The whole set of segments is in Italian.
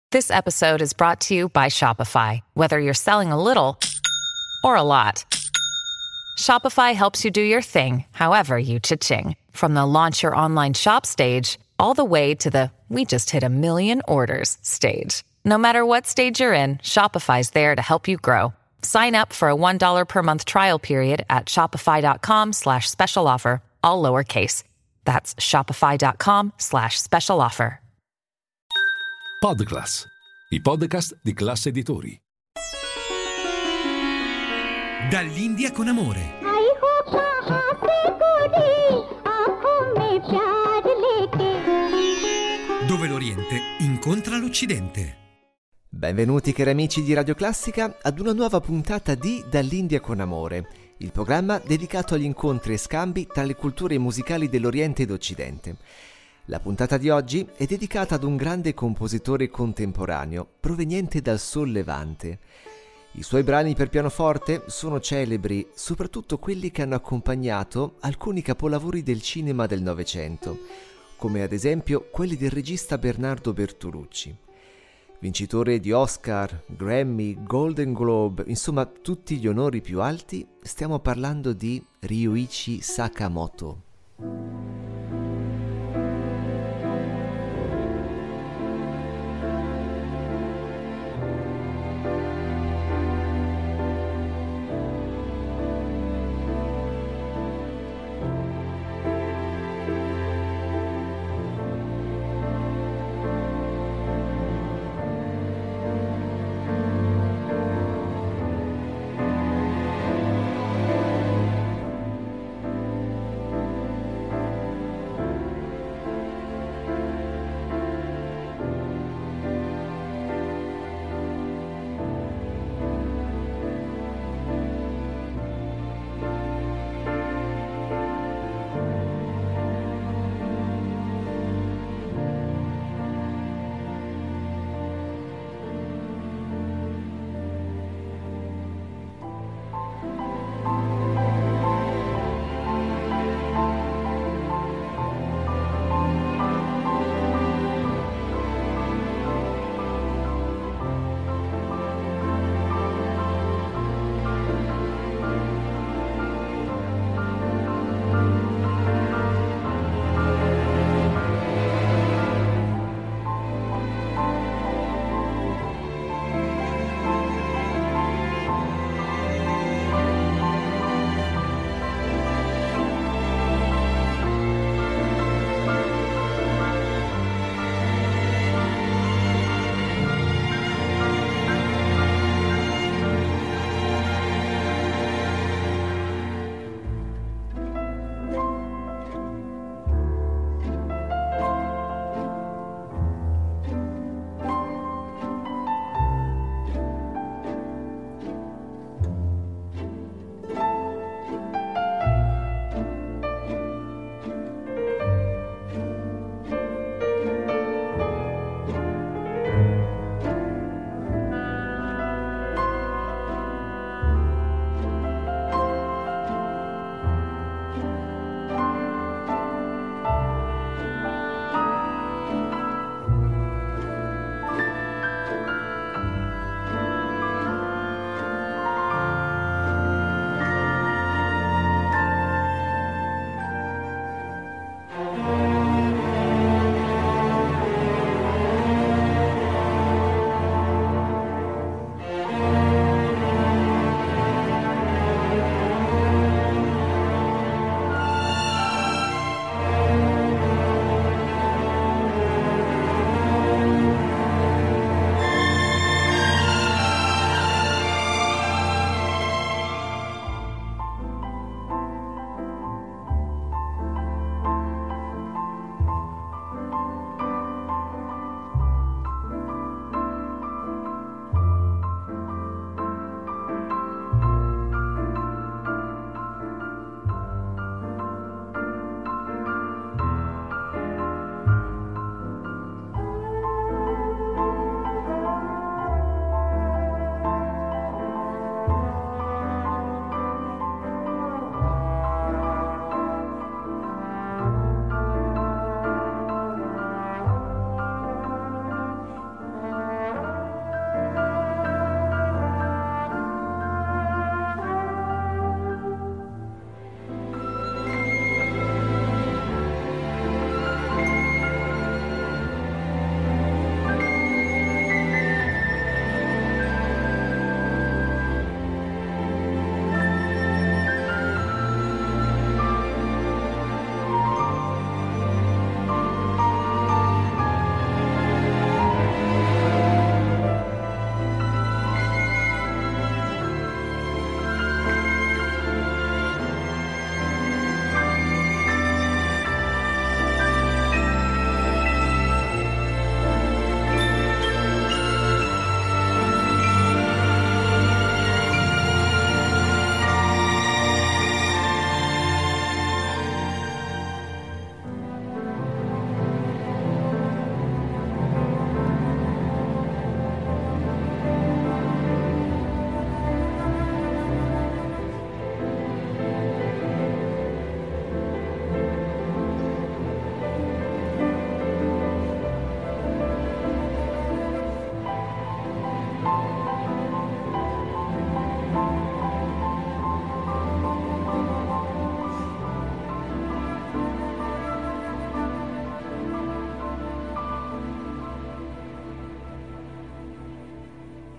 This episode is brought to you by Shopify. Whether you're selling a little or a lot, Shopify helps you do your thing, however you cha-ching. From the launch your online shop stage, all the way to the we just hit 1 million orders stage. No matter what stage you're in, Shopify's there to help you grow. Sign up for a $1 per month trial period at shopify.com/special offer, all lowercase. That's shopify.com/special offer. Podclass, i podcast di Classe Editori. Dall'India con amore. Dove l'Oriente incontra l'Occidente. Benvenuti cari amici di Radio Classica ad una nuova puntata di Dall'India con amore, il programma dedicato agli incontri e scambi tra le culture musicali dell'Oriente ed Occidente. La puntata di oggi è dedicata ad un grande compositore contemporaneo proveniente dal Sol Levante. I suoi brani per pianoforte sono celebri, soprattutto quelli che hanno accompagnato alcuni capolavori del cinema del Novecento, come ad esempio quelli del regista Bernardo Bertolucci. Vincitore di Oscar, Grammy, Golden Globe, insomma tutti gli onori più alti, stiamo parlando di Ryuichi Sakamoto.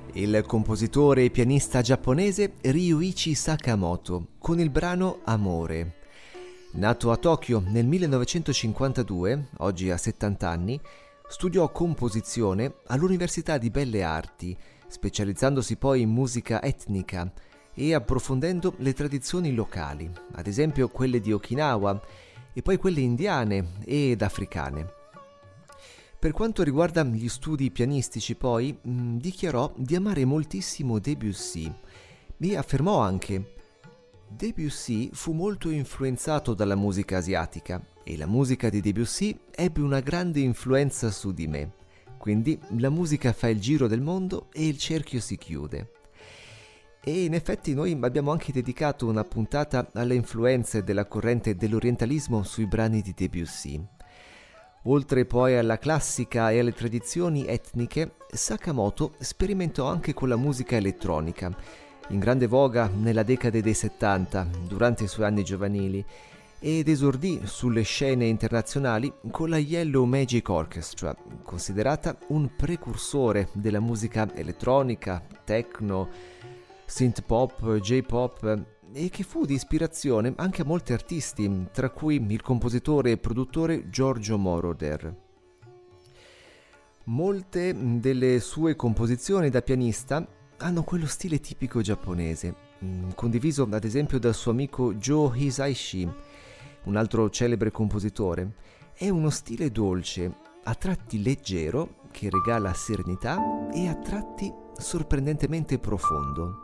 Il compositore e pianista giapponese Ryuichi Sakamoto con il brano Amore. Nato a Tokyo nel 1952, oggi ha 70 anni, studiò composizione all'Università di Belle Arti, specializzandosi poi in musica etnica e approfondendo le tradizioni locali, ad esempio quelle di Okinawa e poi quelle indiane ed africane. Per quanto riguarda gli studi pianistici poi, dichiarò di amare moltissimo Debussy e affermò anche: Debussy fu molto influenzato dalla musica asiatica e la musica di Debussy ebbe una grande influenza su di me. Quindi la musica fa il giro del mondo e il cerchio si chiude. E in effetti noi abbiamo anche dedicato una puntata alle influenze della corrente dell'orientalismo sui brani di Debussy. Oltre poi alla classica e alle tradizioni etniche, Sakamoto sperimentò anche con la musica elettronica, in grande voga nella decade dei 70, durante i suoi anni giovanili, ed esordì sulle scene internazionali con la Yellow Magic Orchestra, considerata un precursore della musica elettronica, techno, synth pop, J-pop, e che fu di ispirazione anche a molti artisti, tra cui il compositore e produttore Giorgio Moroder. Molte delle sue composizioni da pianista hanno quello stile tipico giapponese, condiviso ad esempio dal suo amico Joe Hisaishi, un altro celebre compositore. È uno stile dolce, a tratti leggero, che regala serenità e a tratti sorprendentemente profondo.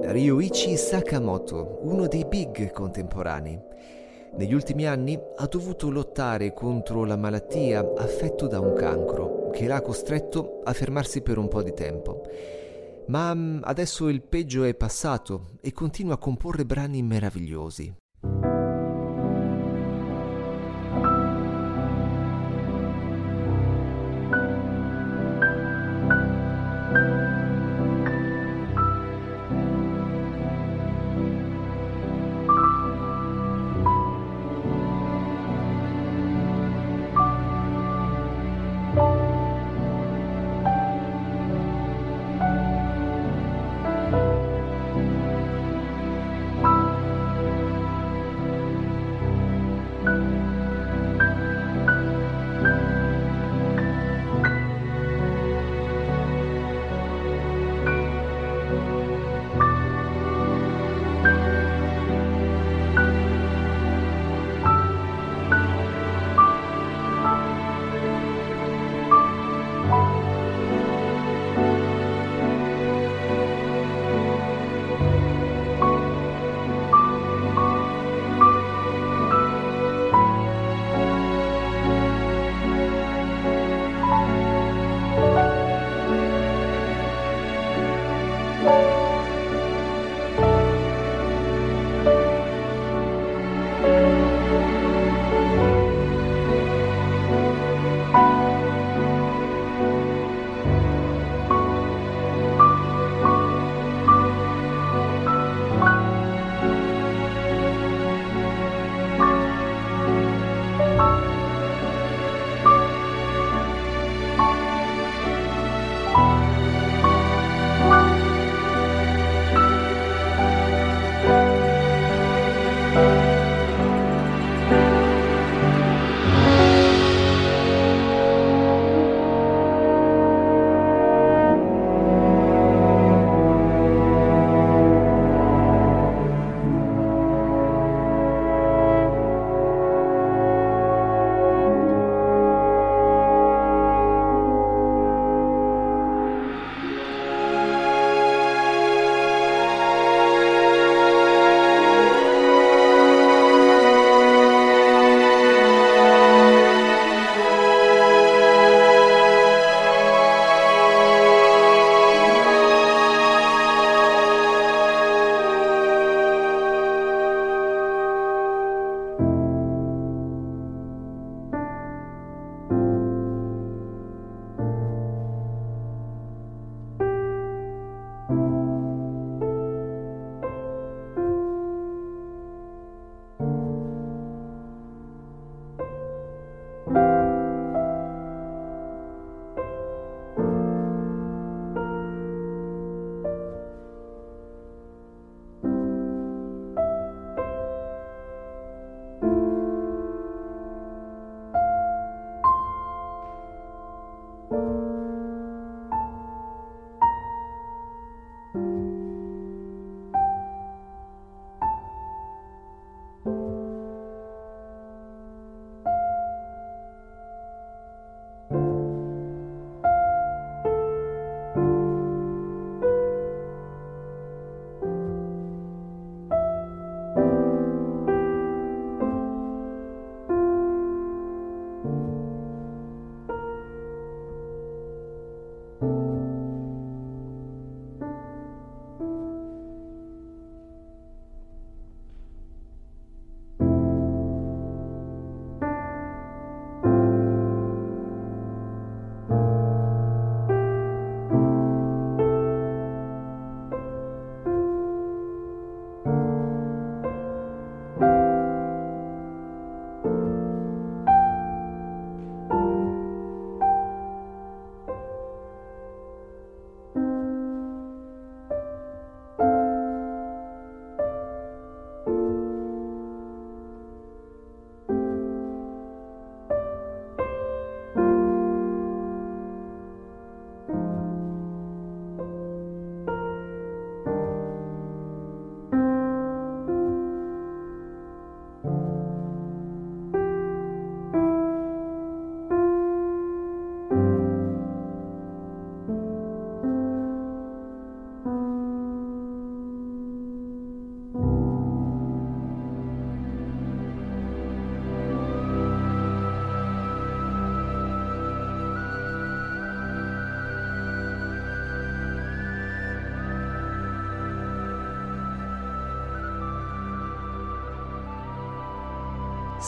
Ryuichi Sakamoto, uno dei big contemporanei. Negli ultimi anni ha dovuto lottare contro la malattia affetto da un cancro che l'ha costretto a fermarsi per un po' di tempo. Ma adesso il peggio è passato e continua a comporre brani meravigliosi.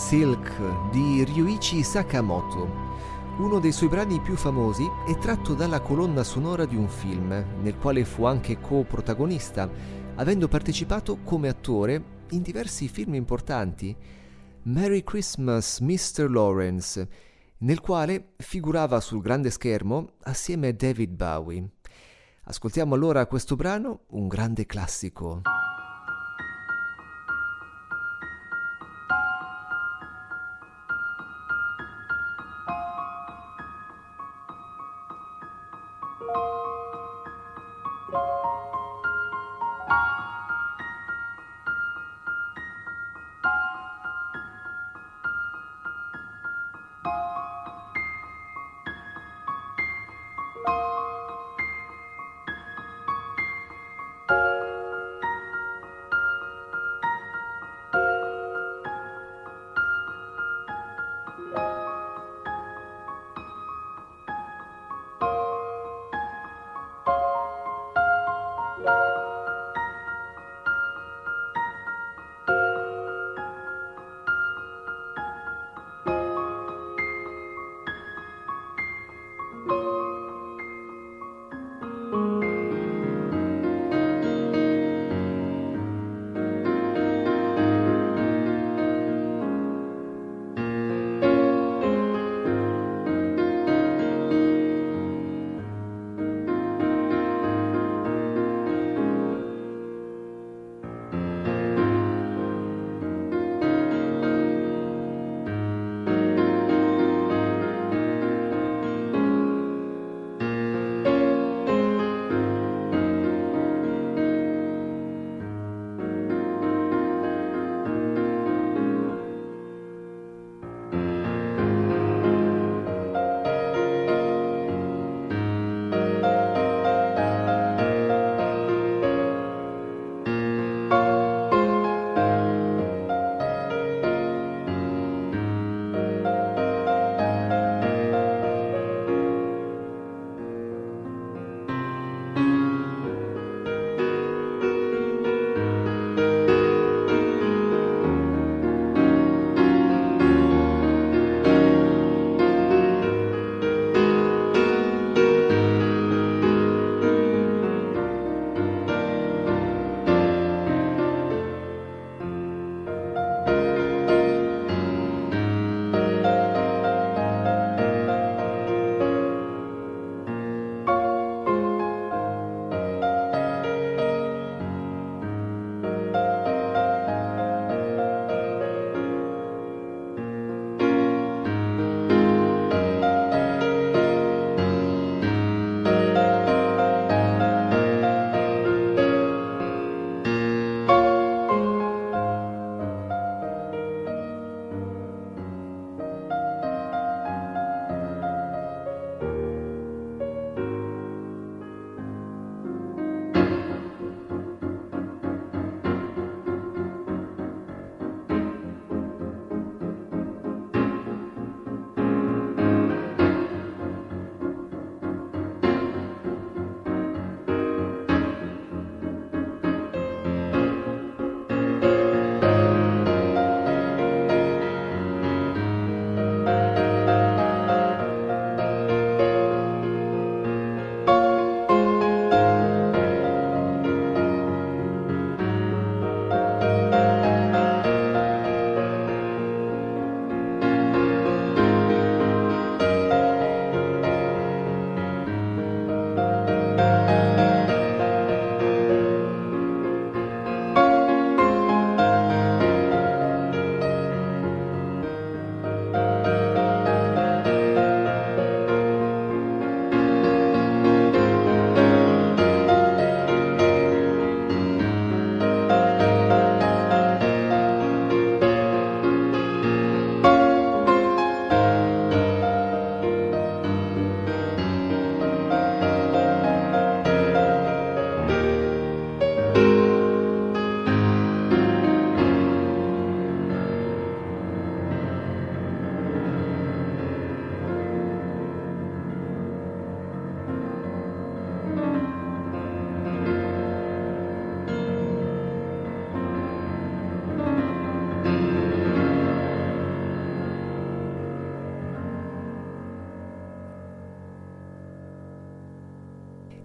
Silk di Ryuichi Sakamoto. Uno dei suoi brani più famosi è tratto dalla colonna sonora di un film, nel quale fu anche co-protagonista, avendo partecipato come attore in diversi film importanti. Merry Christmas, Mr. Lawrence, nel quale figurava sul grande schermo assieme a David Bowie. Ascoltiamo allora questo brano, un grande classico.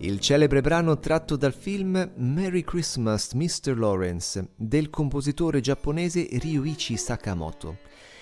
Il celebre brano tratto dal film Merry Christmas Mr. Lawrence del compositore giapponese Ryuichi Sakamoto.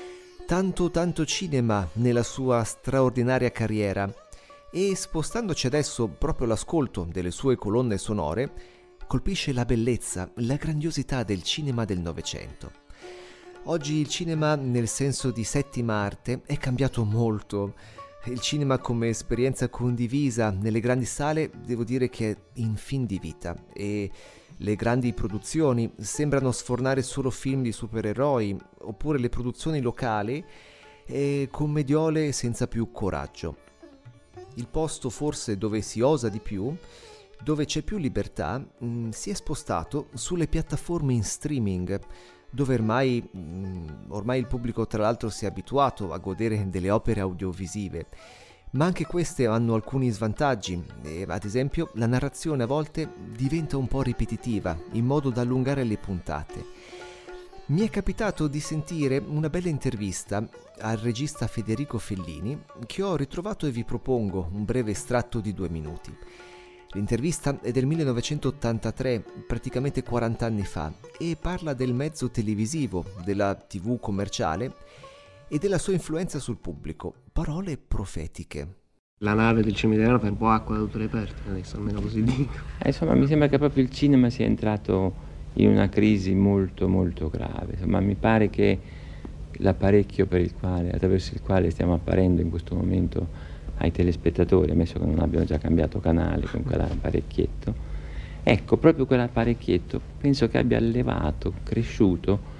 Tanto cinema nella sua straordinaria carriera, e spostandoci adesso proprio all'ascolto delle sue colonne sonore, colpisce la bellezza, la grandiosità del cinema del Novecento. Oggi il cinema, nel senso di settima arte, è cambiato molto. Il cinema come esperienza condivisa nelle grandi sale devo dire che è in fin di vita, e le grandi produzioni sembrano sfornare solo film di supereroi, oppure le produzioni locali commediole senza più coraggio. Il posto forse dove si osa di più, dove c'è più libertà, si è spostato sulle piattaforme in streaming, dove ormai il pubblico tra l'altro si è abituato a godere delle opere audiovisive, ma anche queste hanno alcuni svantaggi, ad esempio la narrazione a volte diventa un po' ripetitiva, in modo da allungare le puntate. Mi è capitato di sentire una bella intervista al regista Federico Fellini, che ho ritrovato e vi propongo un breve estratto di 2 minuti. L'intervista è del 1983, praticamente 40 anni fa, e parla del mezzo televisivo, della TV commerciale e della sua influenza sul pubblico. Parole profetiche. La nave del cimitero fa un po' acqua da tutte le parti, adesso almeno così dico. Insomma, mi sembra che proprio il cinema sia entrato in una crisi molto molto grave. Insomma, mi pare che l'apparecchio attraverso il quale stiamo apparendo in questo momento ai telespettatori, ammesso che non abbiano già cambiato canale con quell'apparecchietto, ecco, proprio quell'apparecchietto penso che abbia cresciuto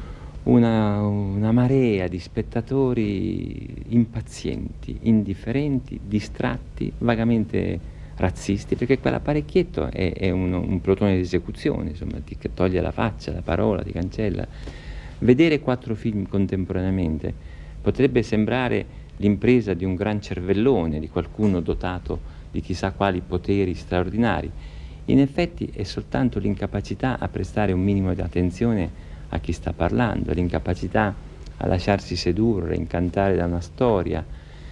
una marea di spettatori impazienti, indifferenti, distratti, vagamente razzisti, perché quell'apparecchietto è un plotone di esecuzione, insomma, ti toglie la faccia, la parola, ti cancella. Vedere 4 film contemporaneamente potrebbe sembrare l'impresa di un gran cervellone, di qualcuno dotato di chissà quali poteri straordinari. In effetti è soltanto l'incapacità a prestare un minimo di attenzione a chi sta parlando, l'incapacità a lasciarsi sedurre, incantare da una storia.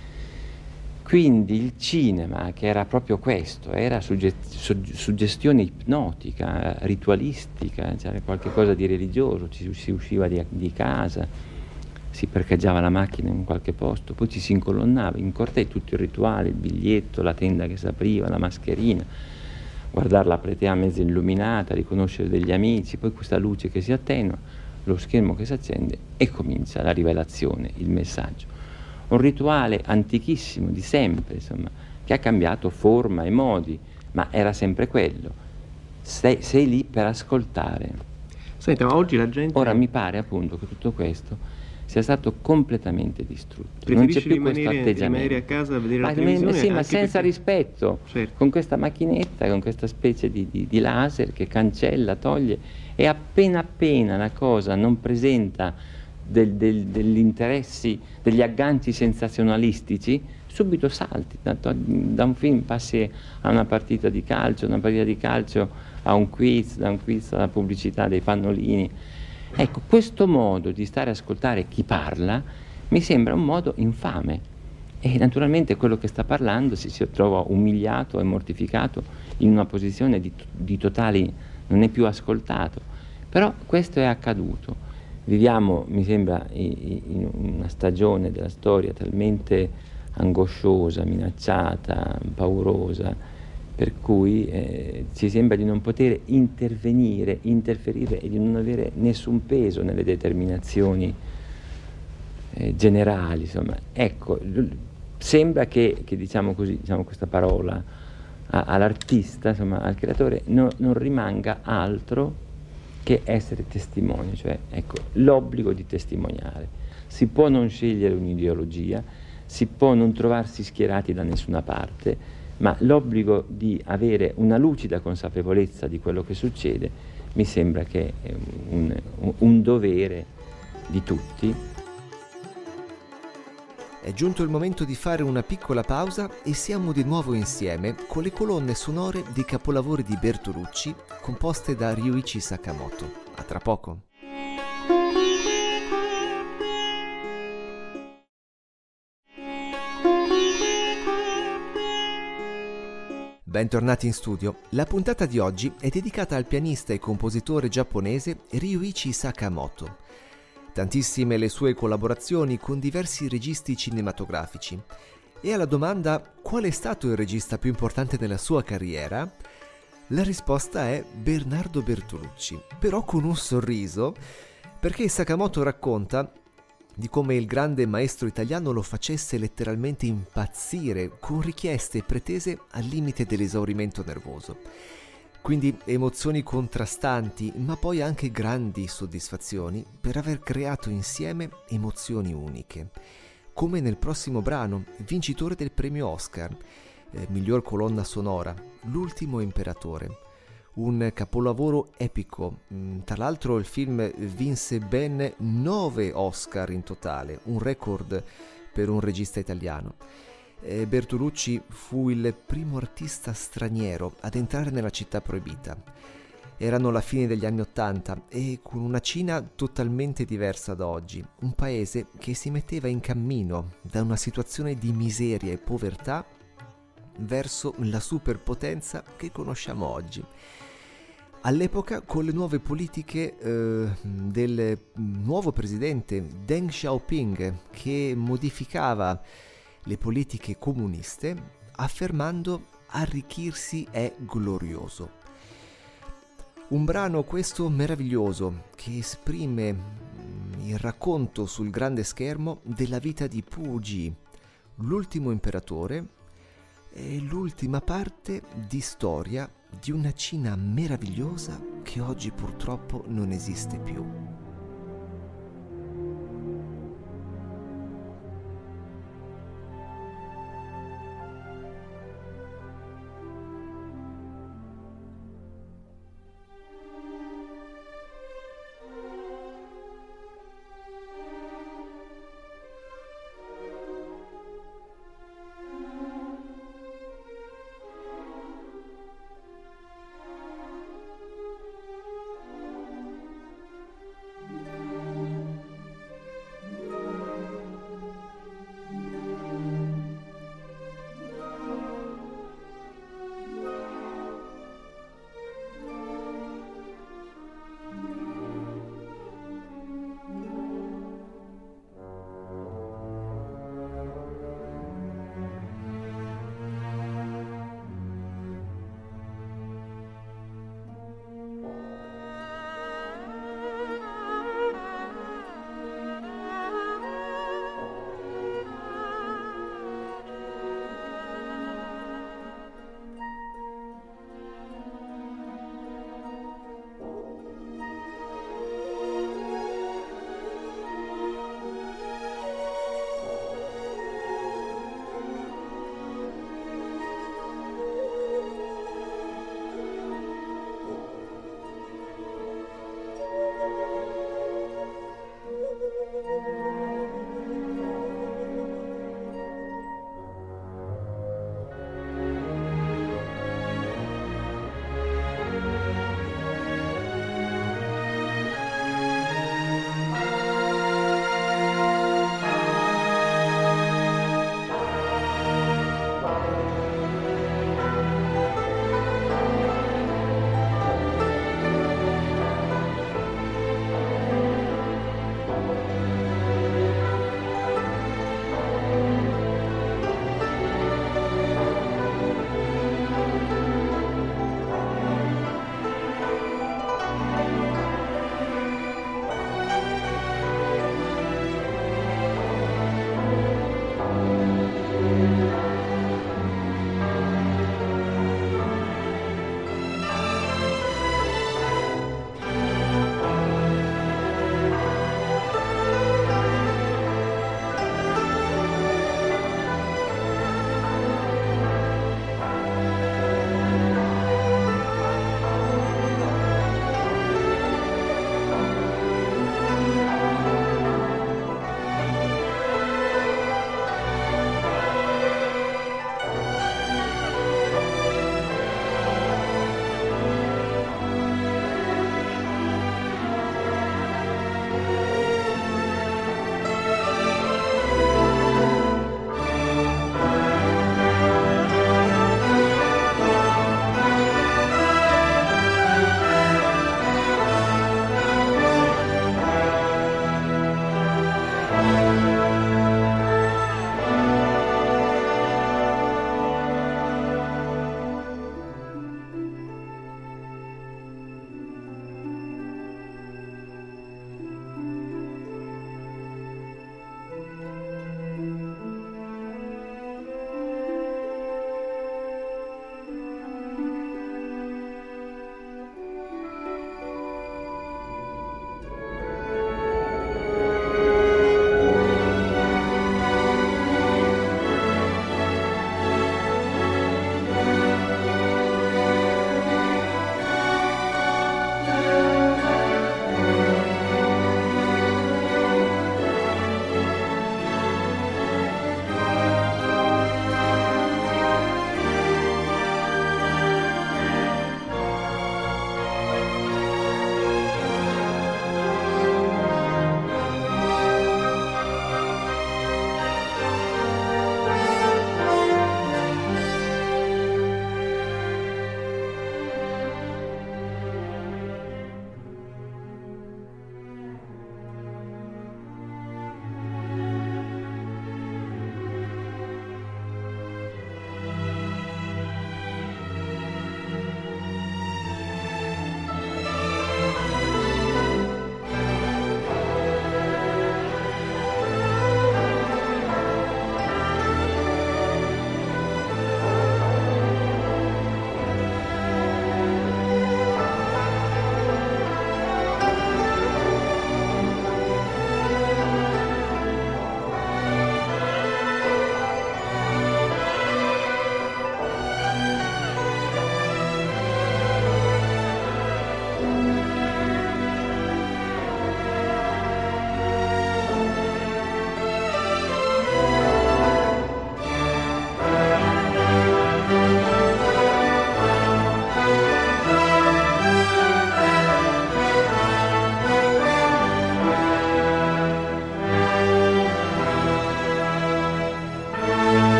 Quindi il cinema, che era proprio questo, era suggestione ipnotica, ritualistica, c'era qualche cosa di religioso, si usciva di casa, si parcheggiava la macchina in qualche posto, poi ci si incolonnava in corteo, tutto il rituale, il biglietto, la tenda che si apriva, la mascherina, guardare la platea mezza illuminata, riconoscere degli amici, poi questa luce che si attenua, lo schermo che si accende e comincia la rivelazione, il messaggio. Un rituale antichissimo, di sempre, insomma, che ha cambiato forma e modi, ma era sempre quello. Sei lì per ascoltare. Senti, ma oggi la gente... Ora mi pare appunto che tutto questo sia stato completamente distrutto. Preferisci Non c'è più questo atteggiamento. rimanere a casa a vedere la televisione? Sì, ma senza rispetto, certo, con questa macchinetta, con questa specie di laser che cancella, toglie, e appena la cosa non presenta degli interessi, degli agganci sensazionalistici, subito salti. Da un film passi a una partita di calcio, a un quiz, da un quiz alla pubblicità dei pannolini. Ecco, questo modo di stare a ascoltare chi parla mi sembra un modo infame, e naturalmente quello che sta parlando si trova umiliato e mortificato in una posizione di totale, non è più ascoltato. Però questo è accaduto. Viviamo, mi sembra, in una stagione della storia talmente angosciosa, minacciata, paurosa, per cui ci sembra di non poter interferire e di non avere nessun peso nelle determinazioni generali, insomma. Ecco, sembra che diciamo così, diciamo questa parola all'artista, insomma, al creatore, non rimanga altro che essere testimone, cioè, ecco, l'obbligo di testimoniare. Si può non scegliere un'ideologia, si può non trovarsi schierati da nessuna parte, ma l'obbligo di avere una lucida consapevolezza di quello che succede mi sembra che è un dovere di tutti. È giunto il momento di fare una piccola pausa e siamo di nuovo insieme con le colonne sonore dei capolavori di Bertolucci composte da Ryuichi Sakamoto. A tra poco. Bentornati in studio. La puntata di oggi è dedicata al pianista e compositore giapponese Ryuichi Sakamoto. Tantissime le sue collaborazioni con diversi registi cinematografici. E alla domanda qual è stato il regista più importante della sua carriera, la risposta è Bernardo Bertolucci, però con un sorriso, perché Sakamoto racconta di come il grande maestro italiano lo facesse letteralmente impazzire con richieste e pretese al limite dell'esaurimento nervoso. Quindi emozioni contrastanti, ma poi anche grandi soddisfazioni per aver creato insieme emozioni uniche. Come nel prossimo brano, vincitore del premio Oscar, miglior colonna sonora, L'ultimo imperatore. Un capolavoro epico. Tra l'altro il film vinse ben 9 Oscar in totale, un record per un regista italiano. Bertolucci fu il primo artista straniero ad entrare nella città proibita. Erano la fine degli anni '80 e con una Cina totalmente diversa da oggi, un paese che si metteva in cammino da una situazione di miseria e povertà verso la superpotenza che conosciamo oggi. All'epoca, con le nuove politiche del nuovo presidente Deng Xiaoping, che modificava le politiche comuniste, affermando arricchirsi è glorioso. Un brano questo meraviglioso che esprime il racconto sul grande schermo della vita di Puyi, l'ultimo imperatore, e l'ultima parte di storia di una Cina meravigliosa che oggi purtroppo non esiste più.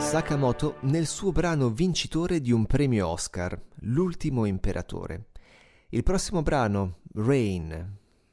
Sakamoto nel suo brano vincitore di un premio Oscar, L'ultimo imperatore. Il prossimo brano, Rain.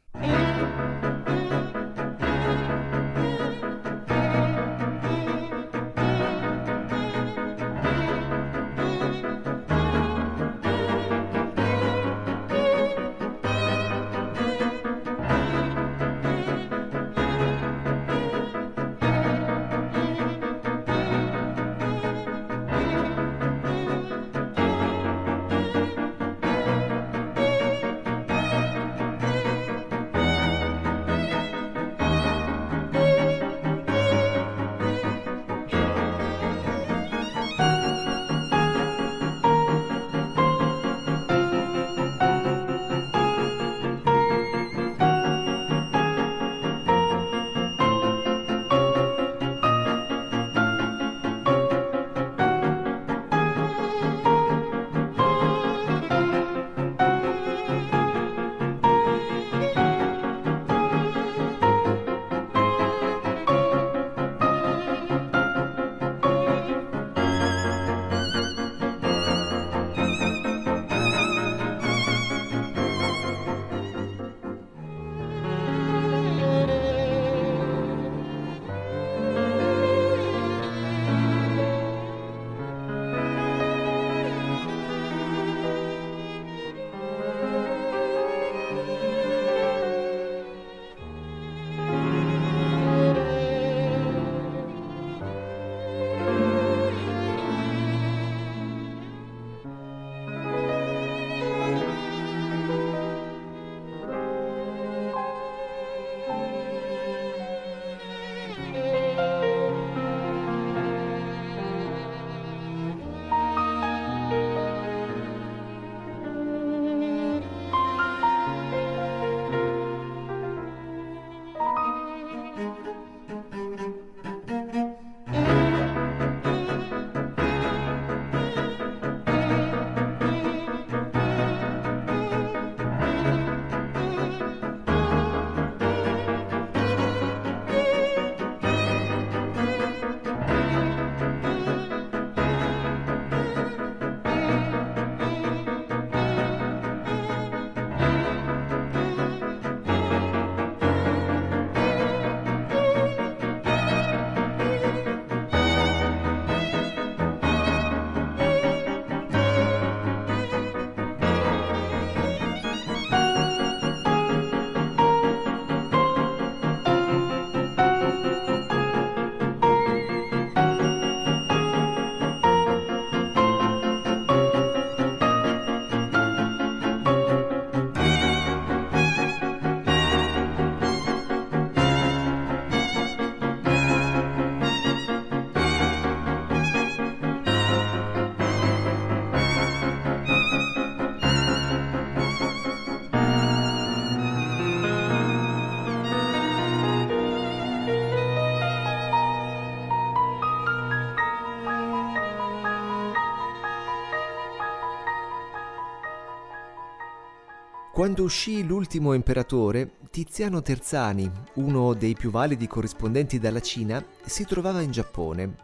Quando uscì L'ultimo imperatore, Tiziano Terzani, uno dei più validi corrispondenti dalla Cina, si trovava in Giappone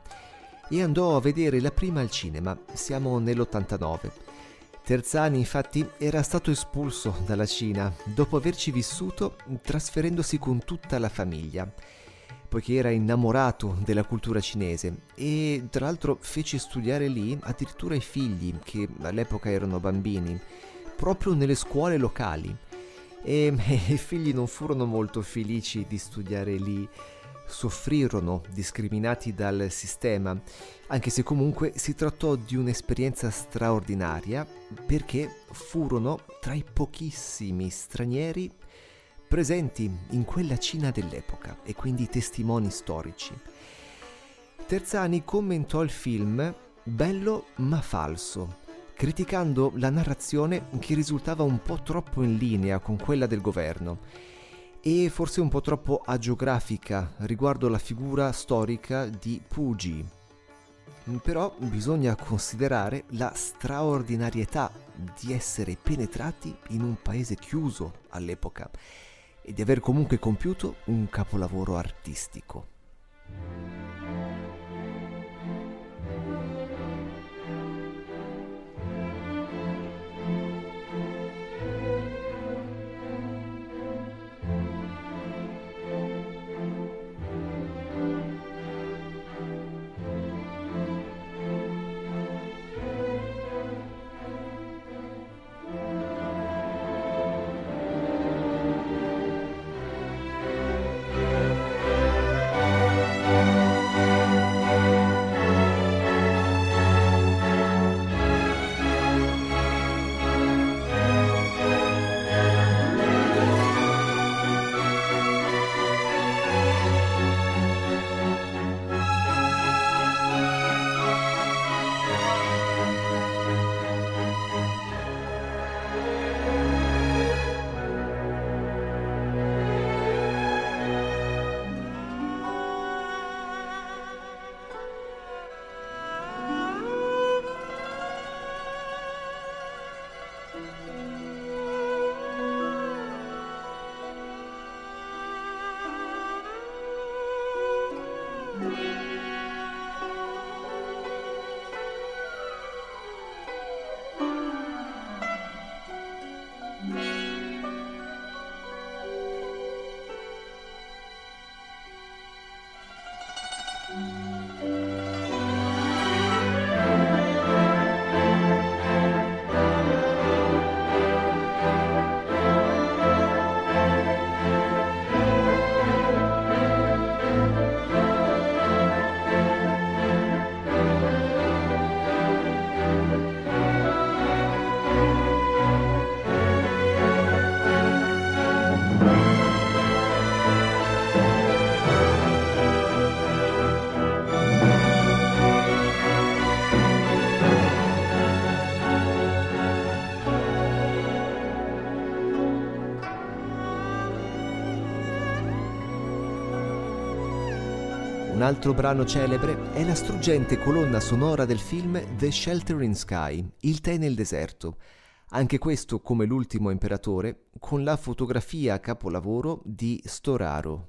e andò a vedere la prima al cinema. Siamo nell'89. Terzani infatti era stato espulso dalla Cina dopo averci vissuto, trasferendosi con tutta la famiglia, poiché era innamorato della cultura cinese e tra l'altro fece studiare lì addirittura i figli, che all'epoca erano bambini, proprio nelle scuole locali. E i figli non furono molto felici di studiare lì, soffrirono discriminati dal sistema, anche se comunque si trattò di un'esperienza straordinaria, perché furono tra i pochissimi stranieri presenti in quella Cina dell'epoca e quindi testimoni storici. Terzani commentò il film bello ma falso, criticando la narrazione che risultava un po' troppo in linea con quella del governo e forse un po' troppo agiografica riguardo la figura storica di Puyi. Però bisogna considerare la straordinarietà di essere penetrati in un paese chiuso all'epoca e di aver comunque compiuto un capolavoro artistico. Un altro brano celebre è la struggente colonna sonora del film The Sheltering Sky, Il tè nel deserto. Anche questo, come l'ultimo imperatore, con la fotografia capolavoro di Storaro.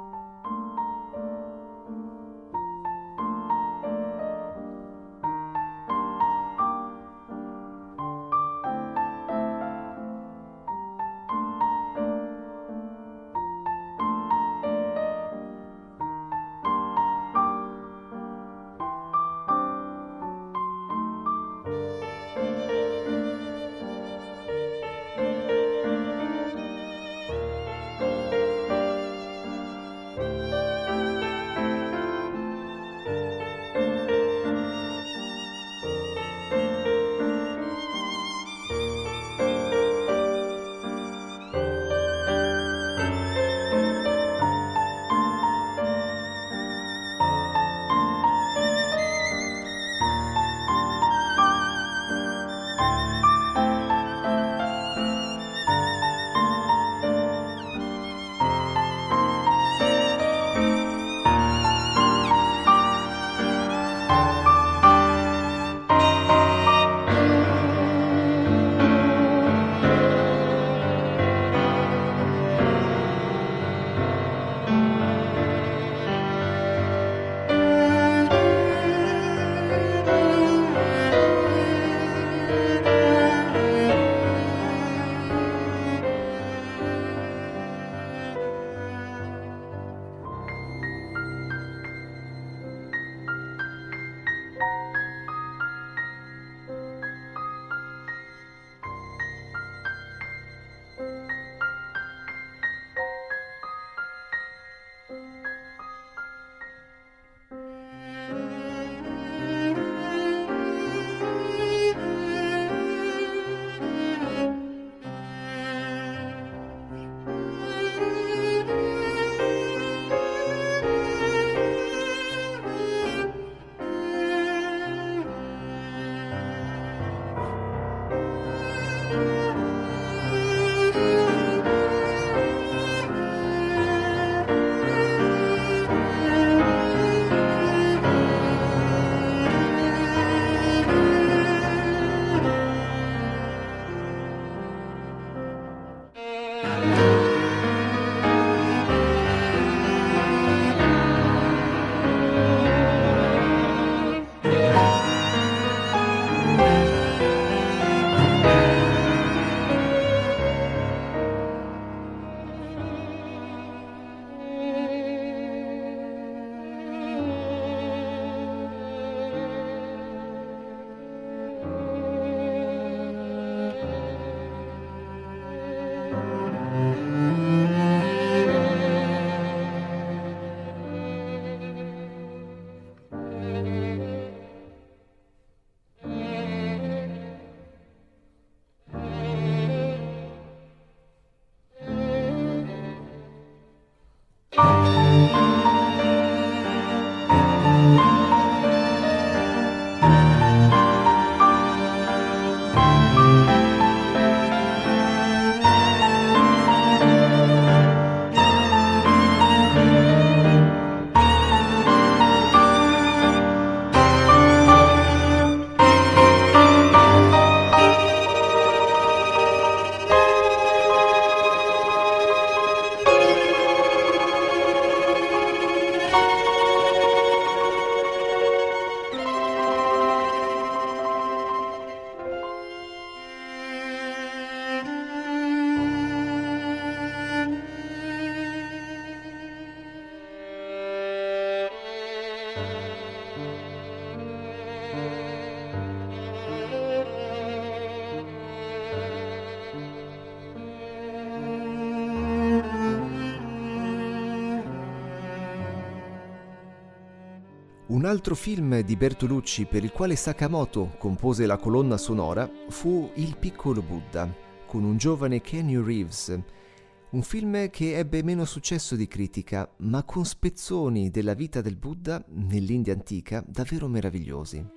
Un altro film di Bertolucci per il quale Sakamoto compose la colonna sonora fu Il piccolo Buddha, con un giovane Keanu Reeves. Un film che ebbe meno successo di critica, ma con spezzoni della vita del Buddha nell'India antica davvero meravigliosi.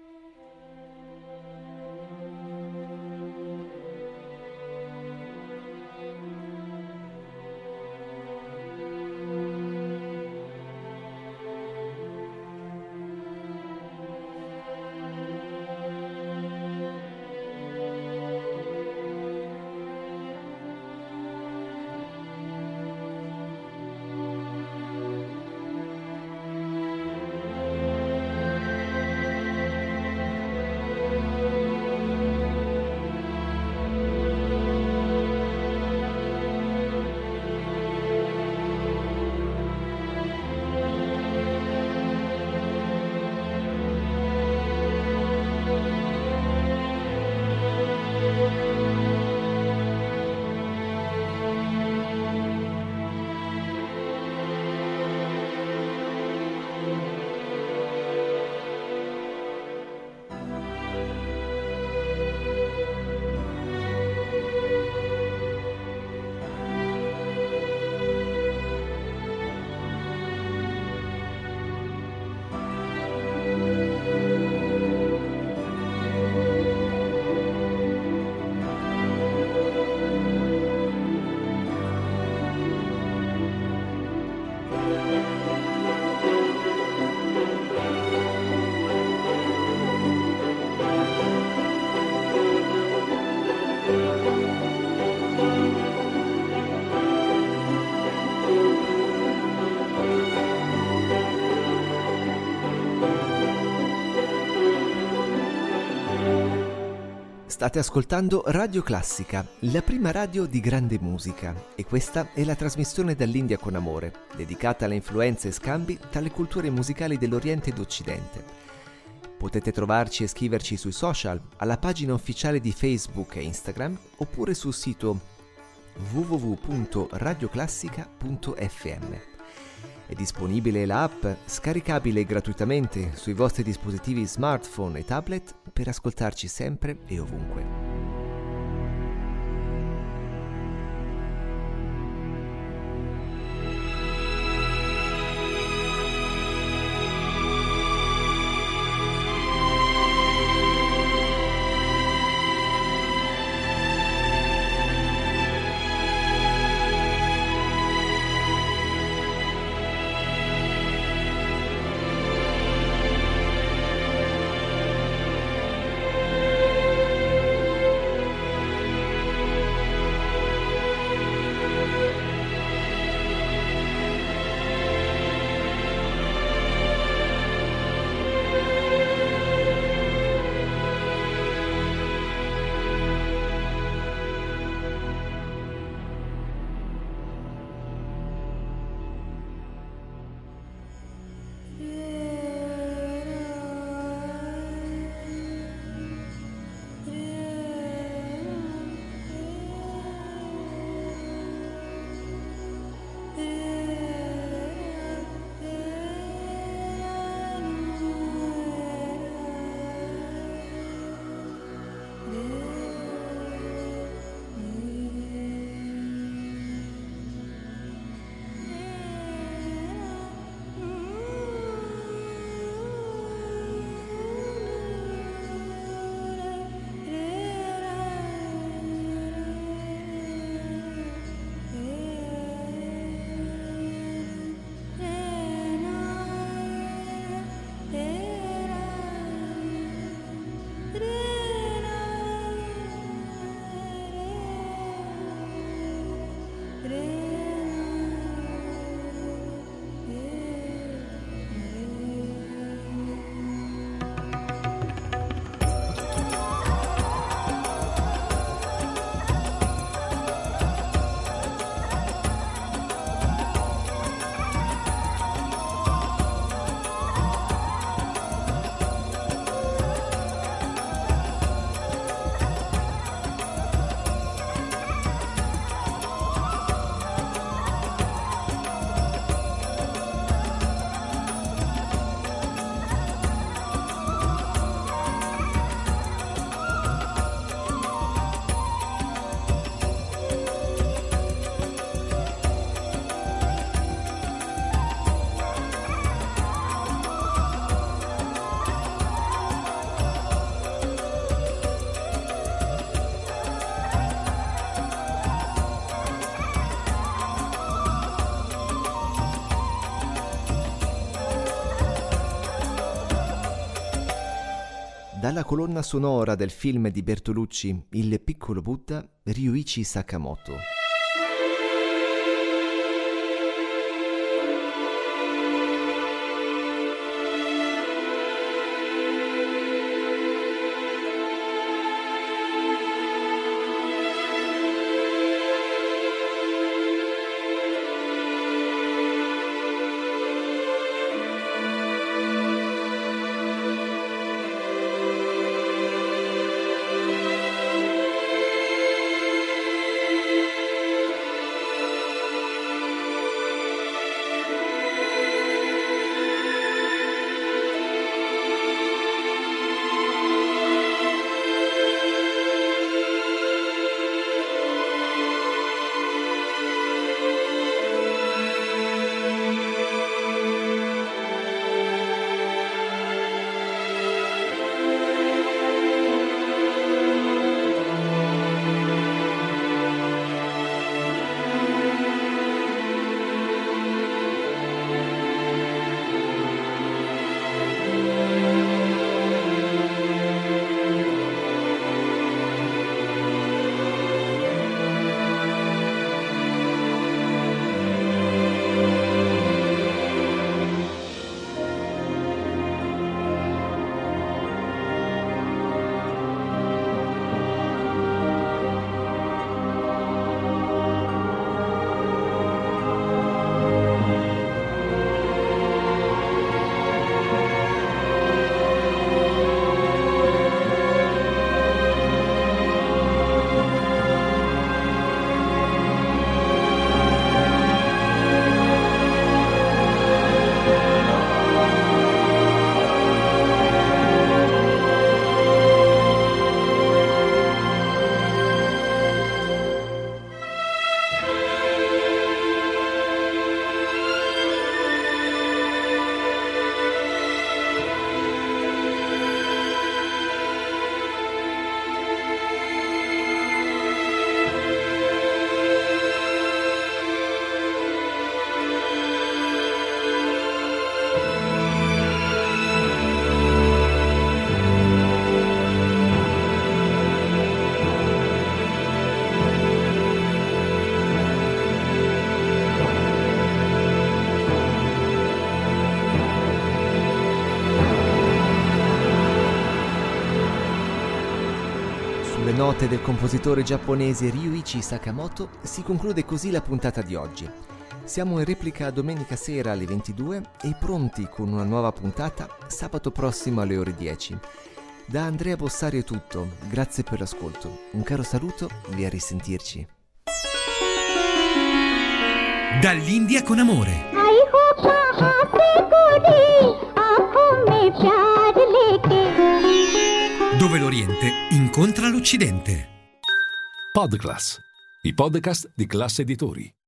State ascoltando Radio Classica, la prima radio di grande musica, e questa è la trasmissione Dall'India con amore, dedicata alle influenze e scambi tra le culture musicali dell'Oriente ed Occidente. Potete trovarci e scriverci sui social, alla pagina ufficiale di Facebook e Instagram, oppure sul sito www.radioclassica.fm. È disponibile l'app, scaricabile gratuitamente sui vostri dispositivi smartphone e tablet per ascoltarci sempre e ovunque. Dalla colonna sonora del film di Bertolucci Il piccolo Buddha, Ryuichi Sakamoto. note del compositore giapponese Ryuichi Sakamoto si conclude così la puntata di oggi. Siamo in replica domenica sera alle 22 e pronti con una nuova puntata sabato prossimo alle ore 10. Da Andrea Bossari è tutto, grazie per l'ascolto. Un caro saluto e a risentirci. Dall'India con amore. Dove l'Oriente incontra l'Occidente. Podclass, i podcast di Classe Editori.